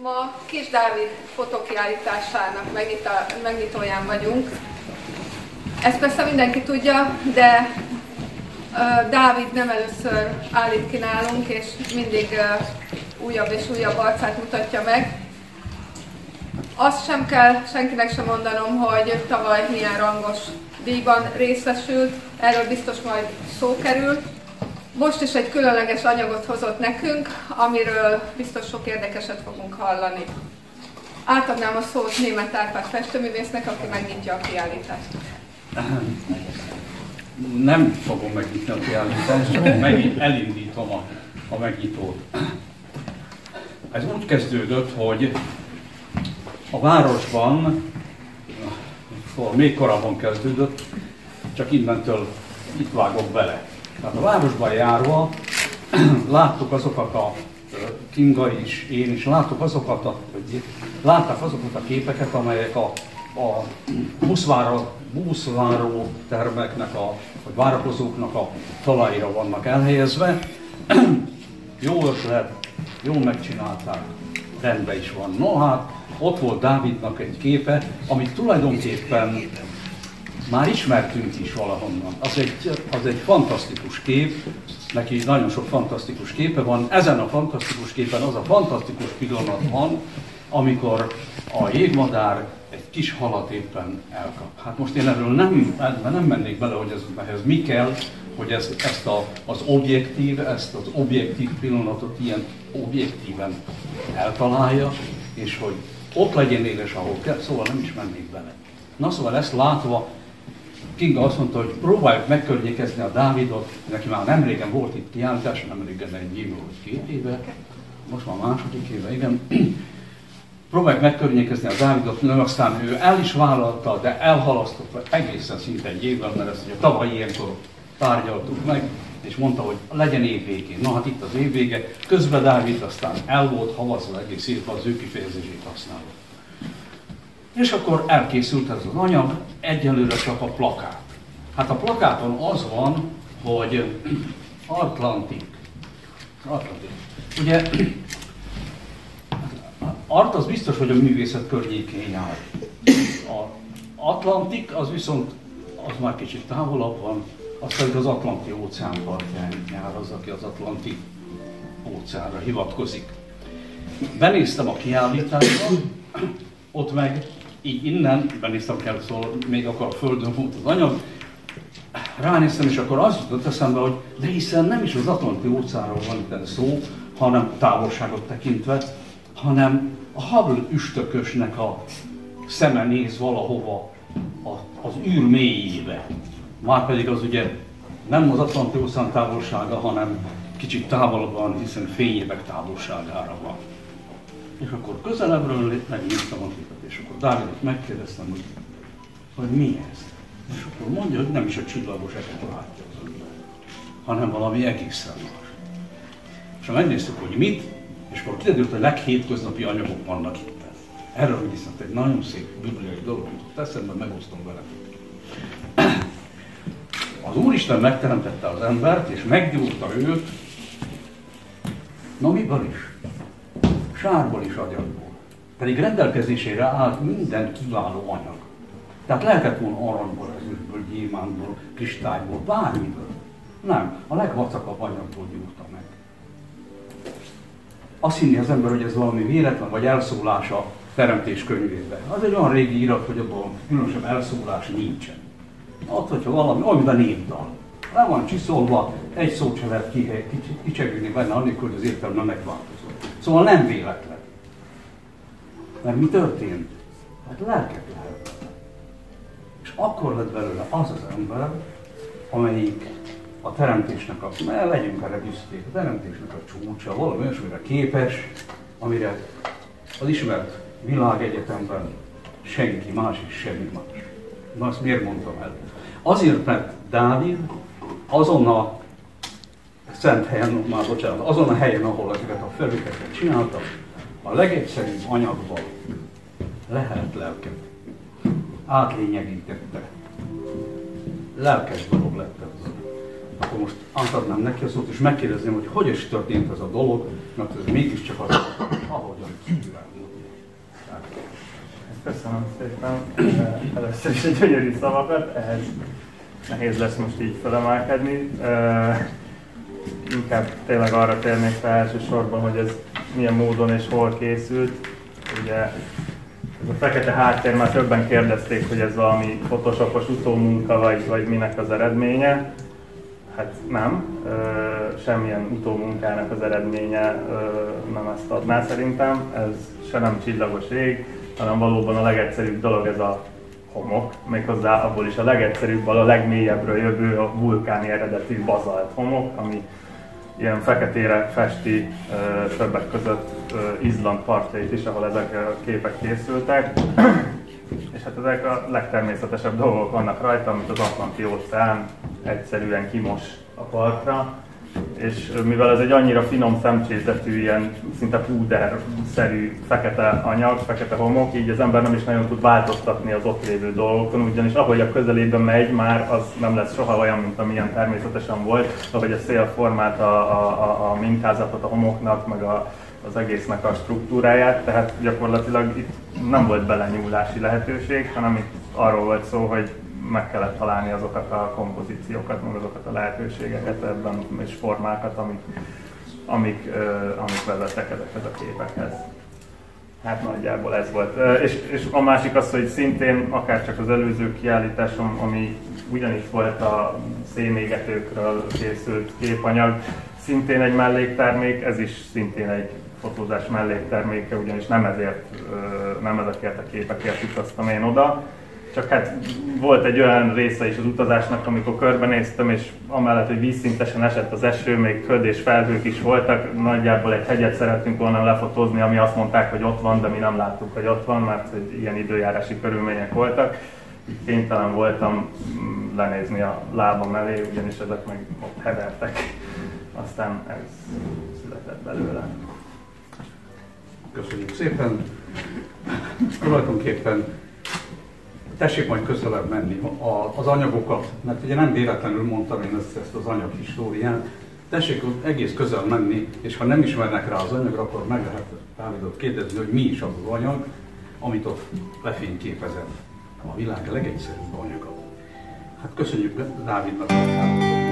Ma Kis Dávid fotókiállításának megnyitóján vagyunk. Ezt persze mindenki tudja, de Dávid nem először állít ki nálunk, és mindig újabb és újabb arcát mutatja meg. Azt sem kell senkinek sem mondanom, hogy tavaly milyen rangos díjban részesült, erről biztos majd szó kerül. Most is egy különleges anyagot hozott nekünk, amiről biztos sok érdekeset fogunk hallani. Átadnám a szót Németh Árpád festőművésznek, aki megnyitja a kiállítást. Nem fogom megnyitni a kiállítást, csak elindítom a megnyitót. Ez úgy kezdődött, hogy a városban, még korábban kezdődött, csak innentől itt vágok bele. Tehát a városban járva láttuk azokat Kinga is, én is láttuk látták azokat a képeket, amelyek a buszváró termeknek, vagy várakozóknak a talaira vannak elhelyezve. Jó ötlet, jól megcsinálták, rendben is van. No hát, ott volt Dávidnak egy képe, amit tulajdonképpen már ismertünk is valahonnan. Az egy fantasztikus kép, neki nagyon sok fantasztikus képe van. Ezen a fantasztikus képen az a fantasztikus pillanat van, amikor a jégmadár egy kis halat éppen elkap. Hát most én erről nem mennék bele, hogy ehhez mi kell, hogy ezt az objektív pillanatot ilyen objektíven eltalálja, és hogy ott legyen éles, ahol kell, szóval nem is mennék bele. Na szóval ezt látva, Kinga azt mondta, hogy próbáljuk megkörnyékezni a Dávidot, neki már nem régen volt itt kiállítás, nem régen egy év vagy 2 éve, most már második éve, igen. Próbáljuk megkörnyékezni a Dávidot, aztán ő el is vállalta, de elhalasztotta egészen szinte egy évvel, mert ezt ugye tavaly ilyenkor tárgyaltuk meg, és mondta, hogy legyen évvégén. Na hát itt az évvége, közben Dávid aztán el volt havazva, egész évben az ő kifejezését használva. És akkor elkészült ez az anyag, egyelőre csak a plakát. Hát a plakáton az van, hogy Atlantik. Ugye, Art az biztos, hogy a művészet környékén jár. Az Atlantik az viszont, az már kicsit távolabb van, az pedig az Atlanti óceán partján jár az, aki az Atlanti óceánra hivatkozik. Benéztem a kiállításba, ott meg így innen, benéztem kell, szóval még akkor a földön volt az anyag, ránéztem, és akkor az jutott eszembe, hogy de hiszen nem is az Atlanti óceánról van itt szó, hanem távolságot tekintve, hanem a Hubble üstökösnek a szeme néz valahova az űr mélyébe. Márpedig az ugye nem az Atlanti óceán távolsága, hanem kicsit távolabb van, hiszen fényévek távolságára van. És akkor közelebbről megnéztem a képet, és akkor Dávidot megkérdeztem, hogy mi ez? És akkor mondja, hogy nem is a csillagos eset látja az ember, hanem valami egészen más. És megnéztük, hogy mit, és akkor kiderült, hogy leghétköznapi anyagok vannak itt. Erről viszont egy nagyon szép bibliai dolog jutott eszembe, megosztom veletek. Az Úristen megteremtette az embert, és meggyúrta őt, na miből is? Sárból és agyagból. Pedig rendelkezésére állt minden kiváló anyag. Tehát lehetett volna aranyból, ezüstből, gyémántból, kristályból, bármiből. Nem, a legvacakabb anyagból gyúrta meg. Azt hinni az ember, hogy ez valami véletlen vagy elszólás a teremtés könyvében. Az egy olyan régi irat, hogy abban különösebb elszólás nincsen. Ott, hogyha valami, olyan, mint a népdal. Le van csiszolva, egy szót se lehet kicsegülni benne, annélkül, hogy az értelme megváltozott. Szóval nem véletlen. Mert mi történt? Hát lelket lehet. És akkor lett belőle az az ember, amelyik a teremtésnek legyünk erre büszkék, a teremtésnek a csúcsa, valami olyasmire képes, amire az ismert világegyetemben senki más és semmi más. Na azt miért mondtam el? Azért, mert Dávid azon a szent helyen, azon a helyen, ahol ezeket a felvételeket csináltak, a legegyszerűbb anyagban lehet lelket. Átlényegítette. Lelkes dolog lett ez. Akkor most átadnám neki a szót, és megkérdezném, hogy is történt ez a dolog, mert ez mégiscsak az, ahogyan szívem. Köszönöm szépen. Először is egy gyönyörű szavakat, ehhez nehéz lesz most így felemelkedni. Inkább tényleg arra térnék fel elsősorban, hogy ez milyen módon és hol készült. Ugye ez a fekete háttér, már többen kérdezték, hogy ez valami photoshopos utómunka, vagy minek az eredménye. Hát nem, semmilyen utómunkának az eredménye nem ezt adná szerintem. Ez se nem csillagos ég, hanem valóban a legegyszerűbb dolog ez a homok, méghozzá abból is a legegyszerűbb, a legmélyebbről jövő a vulkáni eredetű bazalt homok, ami ilyen feketére festi többek között Izland partjait is, ahol ezek a képek készültek. És hát ezek a legtermészetesebb dolgok vannak rajta, amit az Atlanti-óceán egyszerűen kimos a partra. És mivel ez egy annyira finom szemcsézetű, ilyen szinte púder-szerű fekete anyag, fekete homok, így az ember nem is nagyon tud változtatni az ott lévő dolgokon, ugyanis ahogy a közelében megy, már az nem lesz soha olyan, mint amilyen természetesen volt, ahogy a szél formálta a mintázatot a homoknak, meg az egésznek a struktúráját, tehát gyakorlatilag itt nem volt belenyúlási lehetőség, hanem itt arról volt szó, hogy meg kellett találni azokat a kompozíciókat, meg azokat a lehetőségeket ebben, és formákat, amik vezettek ezekhez a képekhez. Hát nagyjából ez volt. És a másik az, hogy szintén akárcsak az előző kiállításom, ami ugyanis volt a szénégetőkről készült képanyag, szintén egy melléktermék, ez is szintén egy fotózás mellékterméke, ugyanis nem ezekért a képekért utaztam én oda. Csak hát volt egy olyan része is az utazásnak, amikor körbenéztem, és amellett, hogy vízszintesen esett az eső, még köd és felhők is voltak, nagyjából egy hegyet szerettünk volna lefotózni, ami azt mondták, hogy ott van, de mi nem láttuk, hogy ott van, mert hogy ilyen időjárási körülmények voltak. Így kénytelen voltam lenézni a lábam elé, ugyanis ezek meg ott hevertek. Aztán ez született belőle. Köszönjük szépen! Tulajdonképpen tessék majd közelebb menni az anyagokat, mert ugye nem véletlenül mondtam én ezt az anyaghistóriát. Tessék egész közel menni, és ha nem ismernek rá az anyagra, akkor meg lehet Dávidot kérdezni, hogy mi is az az anyag, amit ott lefényképezett. A világ legegyszerűbb anyaga. Hát köszönjük Dávidnak a